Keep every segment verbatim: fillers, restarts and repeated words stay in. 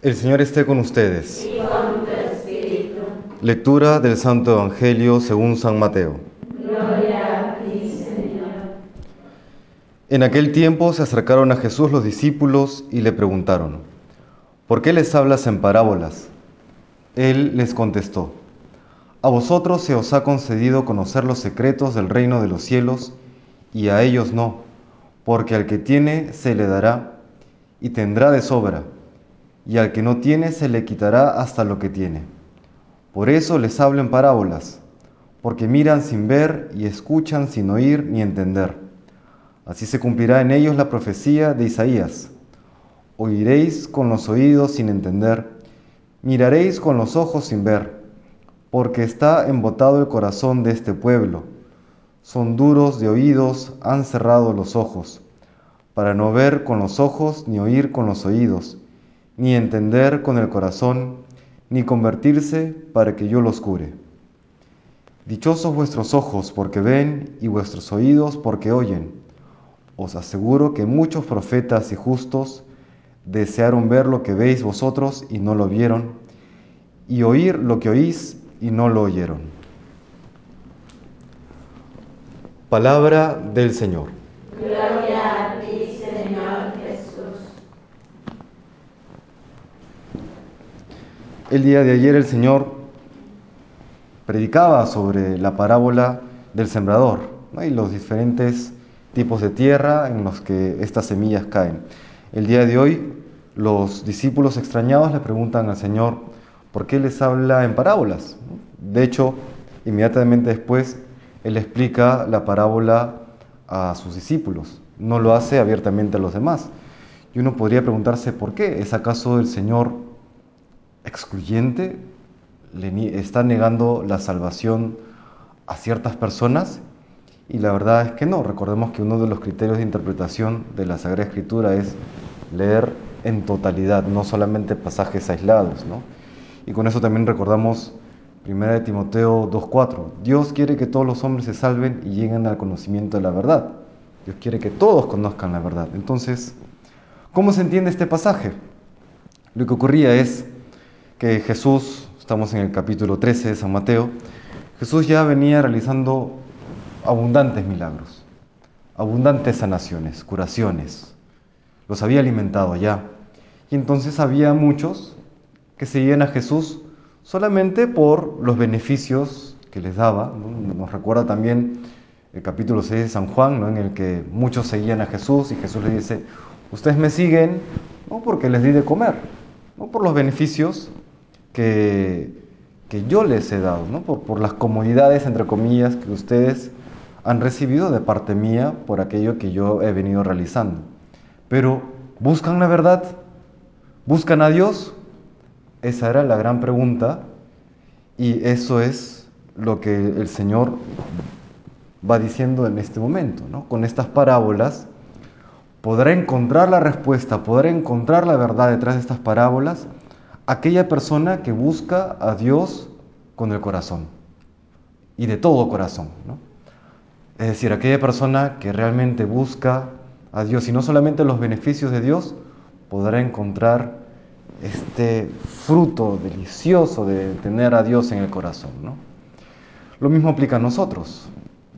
El Señor esté con ustedes. Y con tu espíritu. Lectura del Santo Evangelio según San Mateo. Gloria a ti, Señor. En aquel tiempo se acercaron a Jesús los discípulos y le preguntaron: ¿por qué les hablas en parábolas? Él les contestó: a vosotros se os ha concedido conocer los secretos del reino de los cielos, y a ellos no, porque al que tiene se le dará, y tendrá de sobra, y al que no tiene se le quitará hasta lo que tiene. Por eso les hablo en parábolas, porque miran sin ver y escuchan sin oír ni entender. Así se cumplirá en ellos la profecía de Isaías: oiréis con los oídos sin entender, miraréis con los ojos sin ver, porque está embotado el corazón de este pueblo. Son duros de oídos, han cerrado los ojos, para no ver con los ojos, ni oír con los oídos, ni entender con el corazón, ni convertirse para que yo los cure. Dichosos vuestros ojos porque ven y vuestros oídos porque oyen. Os aseguro que muchos profetas y justos desearon ver lo que veis vosotros y no lo vieron, y oír lo que oís y no lo oyeron. Palabra del Señor. Gloria a ti, Señor Jesús. El día de ayer el Señor predicaba sobre la parábola del sembrador, ¿no? Y los diferentes tipos de tierra en los que estas semillas caen. El día de hoy los discípulos extrañados le preguntan al Señor por qué les habla en parábolas, ¿no? De hecho, inmediatamente después Él explica la parábola a sus discípulos, no lo hace abiertamente a los demás. Y uno podría preguntarse por qué. ¿Es acaso el Señor excluyente? ¿Le está negando la salvación a ciertas personas? Y la verdad es que no. Recordemos que uno de los criterios de interpretación de la Sagrada Escritura es leer en totalidad, no solamente pasajes aislados, ¿no? Y con eso también recordamos primera de Timoteo dos cuatro. Dios quiere que todos los hombres se salven y lleguen al conocimiento de la verdad. Dios quiere que todos conozcan la verdad. Entonces, ¿cómo se entiende este pasaje? Lo que ocurría es que Jesús, estamos en el capítulo trece de San Mateo, Jesús ya venía realizando abundantes milagros, abundantes sanaciones, curaciones. Los había alimentado ya. Y entonces había muchos que seguían a Jesús solamente por los beneficios que les daba, ¿no? Nos recuerda también el capítulo seis de San Juan, ¿no? En el que muchos seguían a Jesús y Jesús les dice: ustedes me siguen no porque les di de comer, no por los beneficios que, que yo les he dado, ¿no? por, por las comodidades, entre comillas, que ustedes han recibido de parte mía por aquello que yo he venido realizando. Pero, ¿buscan la verdad? ¿Buscan a Dios? Esa era la gran pregunta, y eso es lo que el Señor va diciendo en este momento, ¿no? Con estas parábolas podrá encontrar la respuesta, podrá encontrar la verdad detrás de estas parábolas aquella persona que busca a Dios con el corazón, y de todo corazón, ¿no? Es decir, aquella persona que realmente busca a Dios y no solamente los beneficios de Dios, podrá encontrar este fruto delicioso de tener a Dios en el corazón, ¿no? Lo mismo aplica a nosotros.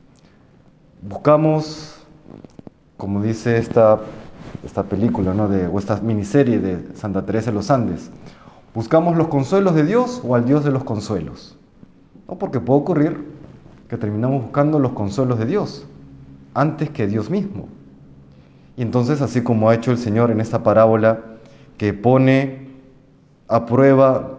Buscamos, como dice esta, esta película, ¿no? de, o esta miniserie de Santa Teresa de los Andes, ¿buscamos los consuelos de Dios o al Dios de los consuelos? ¿No? Porque puede ocurrir que terminamos buscando los consuelos de Dios antes que Dios mismo. Y entonces, así como ha hecho el Señor en esta parábola, que pone a prueba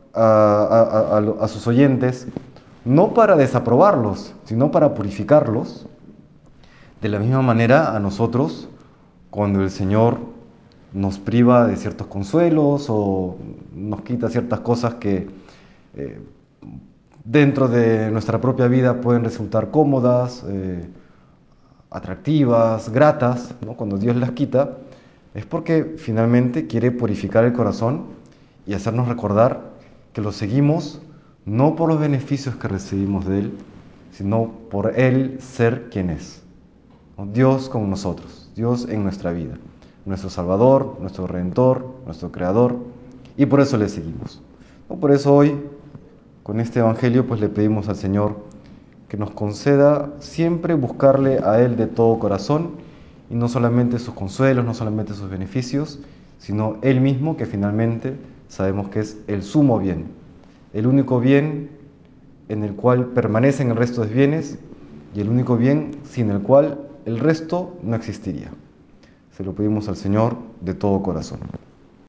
a, a, a, a sus oyentes, no para desaprobarlos, sino para purificarlos, de la misma manera a nosotros, cuando el Señor nos priva de ciertos consuelos o nos quita ciertas cosas que eh, dentro de nuestra propia vida pueden resultar cómodas, eh, atractivas, gratas, ¿no? Cuando Dios las quita, es porque finalmente quiere purificar el corazón y hacernos recordar que lo seguimos no por los beneficios que recibimos de Él, sino por Él ser quien es, ¿no? Dios con nosotros, Dios en nuestra vida, nuestro Salvador, nuestro Redentor, nuestro Creador. y por eso le seguimos. ¿No? Por eso hoy, con este Evangelio, pues le pedimos al Señor que nos conceda siempre buscarle a Él de todo corazón, y no solamente sus consuelos, no solamente sus beneficios, sino Él mismo, que finalmente sabemos que es el sumo bien, el único bien en el cual permanecen el resto de bienes y el único bien sin el cual el resto no existiría. Se lo pedimos al Señor de todo corazón.